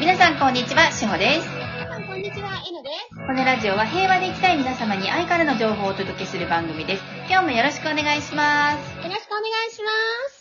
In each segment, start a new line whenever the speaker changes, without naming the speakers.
皆さんこんにちは、しほです。
皆さんこんにちは、えのです。
このラジオは平和で生きたい皆様に愛からの情報をお届けする番組です。今日もよろしくお願いします。
よろしくお願いします。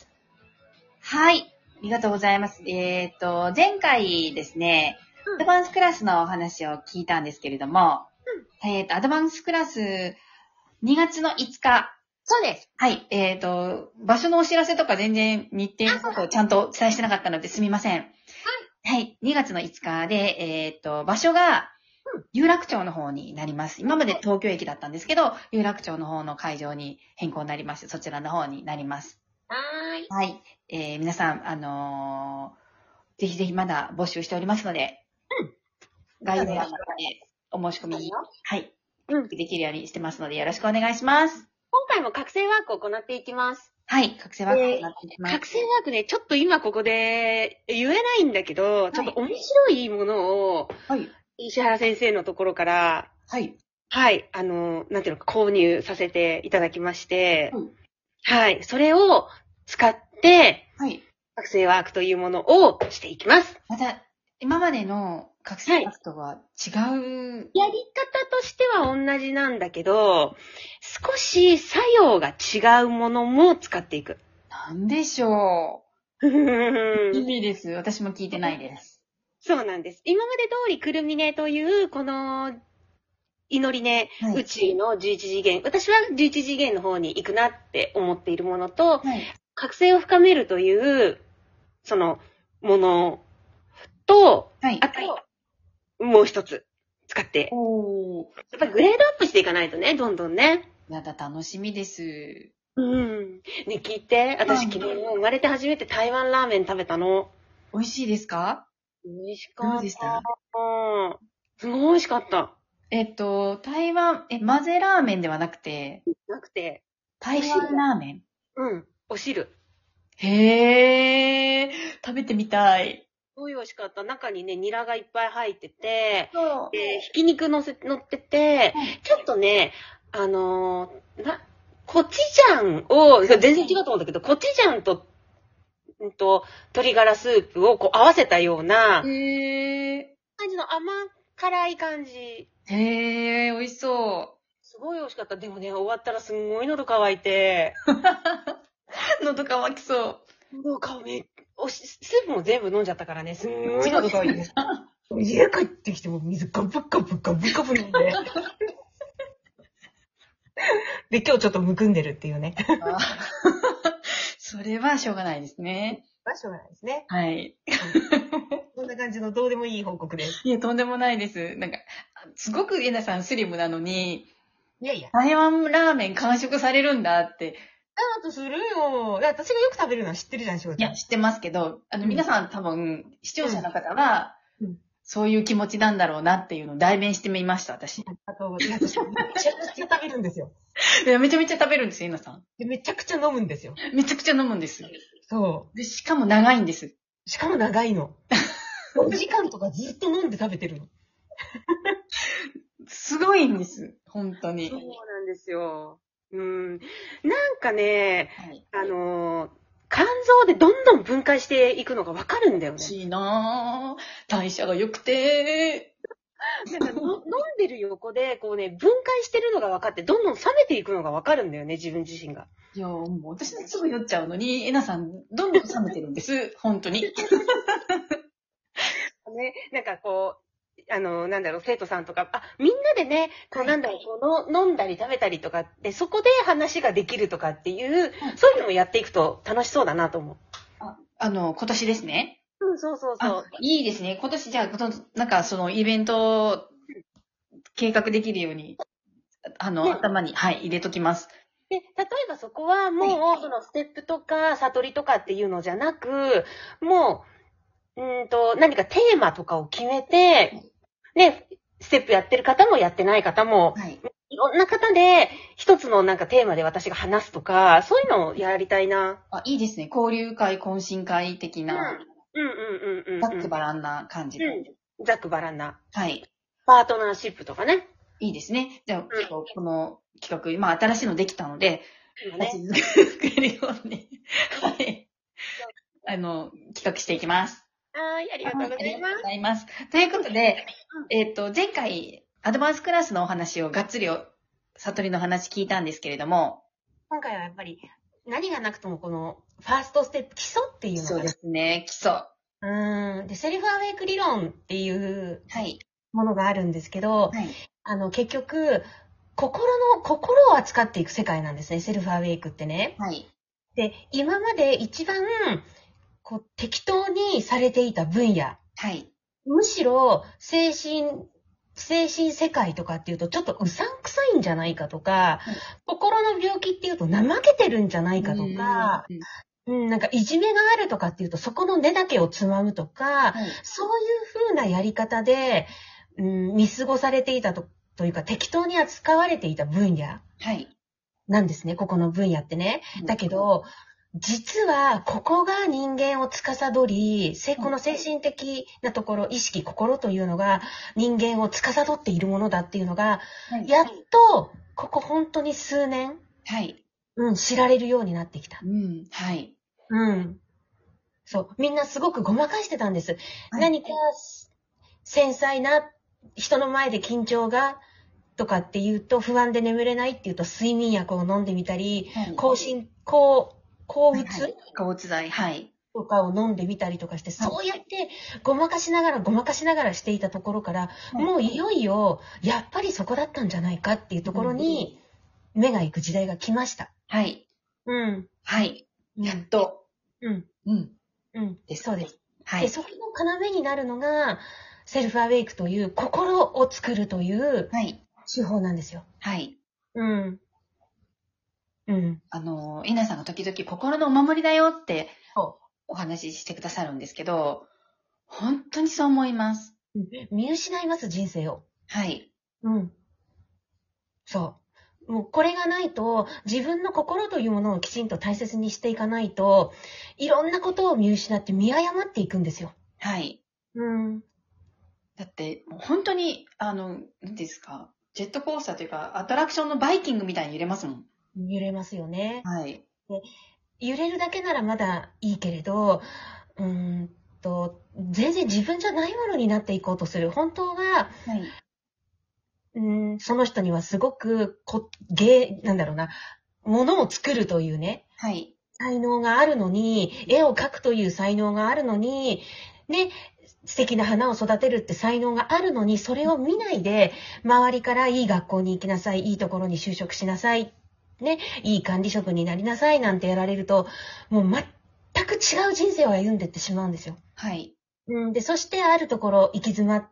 はい。ありがとうございます。前回ですね、アドバンスクラスのお話を聞いたんですけれども、アドバンスクラス2月の5日。
そうです。
はい。場所のお知らせとか全然日程のことをちゃんとお伝えしてなかったのですみません。はい。2月の5日で、場所が有楽町の方になります。今まで東京駅だったんですけど、有楽町の方の会場に変更になりまして、そちらの方になります。はい。皆さん、ぜひぜひまだ募集しておりますので、概要欄までお申し込み、はい。できるようにしてますので、よろしくお願いします。
今回も覚醒ワークを行っていきます。
はい。覚醒ワークを行っていきます。
覚醒ワークね、ちょっと今ここで言えないんだけど、ちょっと面白いものを、はい。石原先生のところから、はい。はい。なんていうのか、購入させていただきまして、はい。それを使って、はい。覚醒ワークというものをしていきます。
また、今までの覚醒ワークとは違う、
やり方としては同じなんだけど、少し作用が違うものも使っていく。
なんでしょう。いいです。私も聞いてないです。
そうなんです。今まで通りくるみねという、この、祈りね、はい、宇宙の11次元。私は11次元の方に行くなって思っているものと、はい、覚醒を深めるという、その、ものと、はい、あと、もう一つ使って。やっぱりグレードアップしていかないとね、どんどんね。
やだ、楽しみです。
うん。ね、聞いて。私昨日生まれて初めて台湾ラーメン食べたの。
美味しいですか？
美味しかった。
どうでした？
すごい美味しかった。
台湾、混ぜラーメンではなくて、台湾ラーメン？
うん、お汁。
へー、食べてみたい。
すごい美味しかった。中にね、ニラがいっぱい入ってて、ひき肉乗ってて、ちょっとね、コチジャンを、全然違うと思うんだけど、コチジャンと、鶏ガラスープをこう合わせたような、感じの甘辛い感じ。
美味しそう。
すごい美味しかった。でもね、終わったらすんごい喉乾いて。
喉乾きそう。
喉乾いて。スープも全部飲んじゃったからね、すんごい喉乾いて。家帰ってきても水ガブガブガブガブ飲んで。で、今日ちょっとむくんでるっていうね。
それはしょうがないですね。
しょうがないですね。
はい。
こんな感じのどうでもいい報告です。
いや、とんでもないです。なんか、すごくエナさんスリムなのに、
いやいや。
台湾ラーメン完食されるんだって。
だとするよ。私がよく食べるのは知ってるじゃん、仕事。
いや、知ってますけど、皆さん多分、視聴者の方は、そういう気持ちなんだろうなっていうのを代弁してみました、私。
私めちゃくちゃ食べるんですよ。
いや、めちゃめちゃ食べるんですよ、エナさん。
で、めちゃくちゃ飲むんですよ。
めちゃくちゃ飲むんです。
そう。
で、しかも長いんです。
しかも長いの。5時間とかずっと飲んで食べてるの。
すごいんです。本当に。
そうなんですよ。なんかね、肝臓でどんどん分解していくのがわかるんだよね。
欲しいなぁ。代謝が良くて。
なんか飲んでる横で、こうね、分解してるのが分かって、どんどん冷めていくのが分かるんだよね、自分自身が。
いやもう私すぐ酔っちゃうのに、えなさん、どんどん冷めてるんです。本当に。ね、
なんかこう、生徒さんとか、みんなでね、飲んだり食べたりとかって、そこで話ができるとかっていう、そういうのもやっていくと楽しそうだなと思う。
今年ですね。
そう。
いいですね。今年じゃあ、なんかそのイベントを計画できるように、頭に、はい、入れときます。
で、例えばそこはもう、そのステップとか悟りとかっていうのじゃなく、もう、何かテーマとかを決めて、ね、ステップやってる方もやってない方も、いろんな方で一つのなんかテーマで私が話すとか、そういうのをやりたいな。
いいですね。交流会、懇親会的な、ざっくばらんな感じで。
ざっくばらんな。
はい。
パートナーシップとかね。
いいですね。じゃあ、この企画、新しいのできたので、立ち作れるように、はい。企画していきます。
はい、ありがとうございます。
ありがとうございます。ということで、前回、アドバンスクラスのお話をがっつり悟りの話聞いたんですけれども、
今回はやっぱり、何がなくともこの、ファーストステップ、基礎っていうのが。
そうですね、基礎。
で、セルフアウェイク理論っていう
はい。
ものがあるんですけど、
はい。
結局、心を扱っていく世界なんですね、セルフアウェイクってね。
はい。
で、今まで一番、適当にされていた分野。
はい。
むしろ、精神世界とかっていうと、ちょっとうさんくさいんじゃないかとか、心の病気っていうと怠けてるんじゃないかとか、なんかいじめがあるとかっていうと、そこの根だけをつまむとか、そういう風なやり方で、見過ごされていたというか、適当に扱われていた分野なんですね、ここの分野ってね。だけど、実は、ここが人間を司り、この精神的なところ、意識、心というのが人間を司っているものだっていうのが、やっと、ここ本当に数年、知られるようになってきた。そう。みんなすごくごまかしてたんです。何か、繊細な人の前で緊張が、とかっていうと、不安で眠れないっていうと、睡眠薬を飲んでみたり、抗うつ
剤、
とかを飲んでみたりとかして、そうやってごまかしながらしていたところから、もういよいよ、やっぱりそこだったんじゃないかっていうところに、目が行く時代が来ました。
やっと。
そうです。で、そこの要になるのが、セルフアウェイクという、心を作るという、手法なんですよ。
イナさんが時々心のお守りだよってお話ししてくださるんですけど、本当にそう思います。
見失います、人生を。そう。もうこれがないと、自分の心というものをきちんと大切にしていかないと、いろんなことを見失って見誤っていくんですよ。
だって、本当に、何ですか、ジェットコースターというか、アトラクションのバイキングみたいに揺れますもん。
揺れますよね。で、揺れるだけならまだいいけれど、全然自分じゃないものになっていこうとする。本当は、その人にはすごくものを作るというね、才能があるのに、絵を描くという才能があるのに、ね、素敵な花を育てるって才能があるのに、それを見ないで、周りからいい学校に行きなさい、いいところに就職しなさい、ね、いい管理職になりなさいなんてやられると、もう全く違う人生を歩んでいってしまうんですよ。で、そしてあるところ行き詰まって、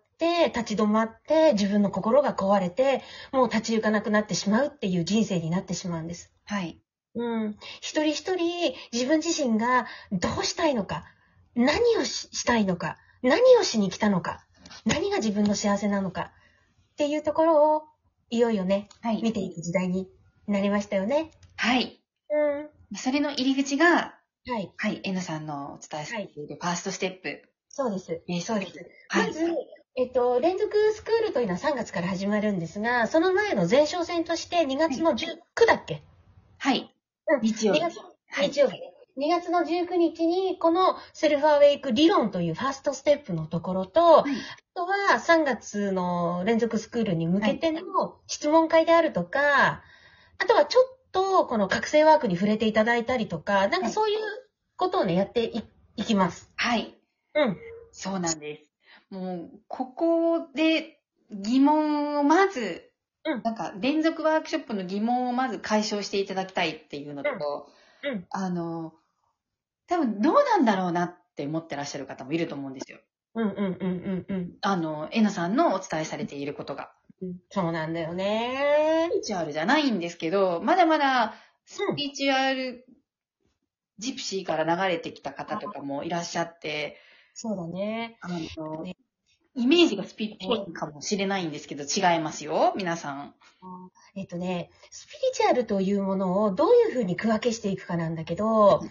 立ち止まって、自分の心が壊れて、もう立ち行かなくなってしまうっていう人生になってしまうんです。一人一人自分自身がどうしたいのか、何をしたいのか、何をしに来たのか、何が自分の幸せなのかっていうところをいよいよね、見ていく時代になりましたよね。それの入り口が、エナさんのお伝えされているファーストステップ。そうです。まず、連続スクールというのは3月から始まるんですが、その前の前哨戦として2月の19だっけ？日曜日。2月の19日に、このセルフアウェイク理論というファーストステップのところと、あとは3月の連続スクールに向けての質問会であるとか、あとはちょっとこの覚醒ワークに触れていただいたりとか、なんかそういうことをね、やっていきます。そうなんです。もう、ここで疑問をまず、なんか連続ワークショップの疑問をまず解消していただきたいっていうのと、多分どうなんだろうなって思ってらっしゃる方もいると思うんですよ。エナさんのお伝えされていることが。そうなんだよね。スピリチュアルじゃないんですけど、まだまだスピリチュアルジプシーから流れてきた方とかもいらっしゃって、そうだね。イメージがスピリチュアルかもしれないんですけど、違いますよ、皆さん。スピリチュアルというものをどういうふうに区分けしていくかなんだけど、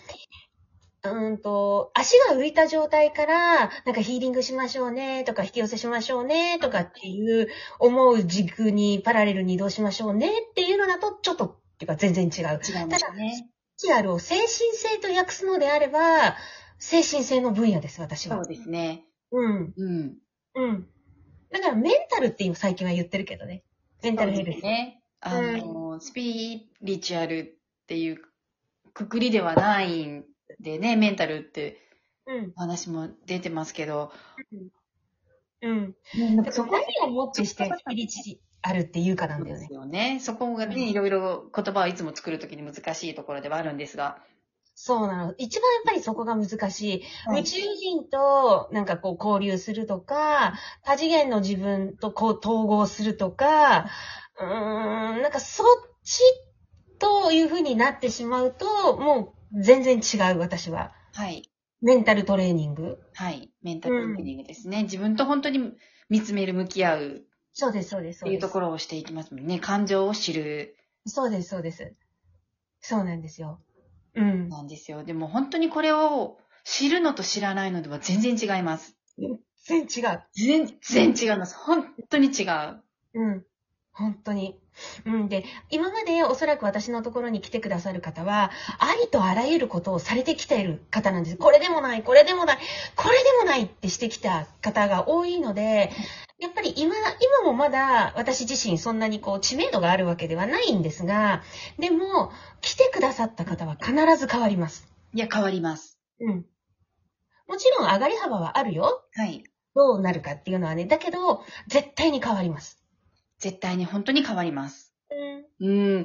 足が浮いた状態から、なんかヒーリングしましょうねとか引き寄せしましょうねとかっていう思う軸にパラレルに移動しましょうねっていうのだとちょっとっていうか全然違う。ただ、スピリチュアルを精神性と訳すのであれば、 精神性の分野です、私は。
そうですね。
うん。
うん。
うん。だからメンタルって今最近は言ってるけどね。メンタルヘルス。
ね。スピリチュアルっていうくくりではないんでね、メンタルって話も出てますけど。
うん。だから何をもってしてスピリチュアルっていうかなんだよね。
そうですよね。そこがね、いろいろ言葉をいつも作るときに難しいところではあるんですが。
そうなの。一番やっぱりそこが難しい。
はい、
宇宙人となんかこう交流するとか、多次元の自分とこう統合するとか、なんかそっちという風になってしまうと、もう全然違う、私は。
はい。
メンタルトレーニング。
はい。メンタルトレーニングですね。自分と本当に見つめる、向き合う
そうです、そうです、
っていうところをしていきますもんね。感情を知る。
そうです、そうです。そうなんですよ。うん。
なんですよ。でも本当にこれを知るのと知らないのでは全然違います。
全然違う。
全然違います。本当に違う。
うん。本当に。うん。で、今までおそらく私のところに来てくださる方は、ありとあらゆることをされてきている方なんです。これでもない、これでもない、これでもないってしてきた方が多いので、やっぱり今もまだ私自身そんなにこう知名度があるわけではないんですが、でも、来てくださった方は必ず変わります。
いや、変わります。
うん。もちろん上がり幅はあるよ。
はい。
どうなるかっていうのはね。だけど、絶対に変わります。
絶対に本当に変わります。
うん。
うん。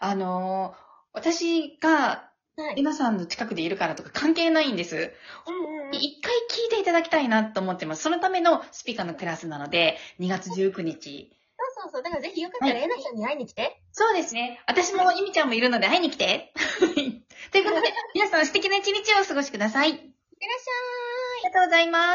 私が
はい。
皆さんの近くでいるからとか関係ないんです。一回聞いていただきたいなと思ってます。そのためのスピカのクラスなので、2月19日。
そうそう。だからぜひよかったらエナちゃんに会いに来て。
そうですね。私もゆみちゃんもいるので会いに来て。ということで、皆さん素敵な一日をお過ごしください。
いってらっしゃい。
ありがとうございます。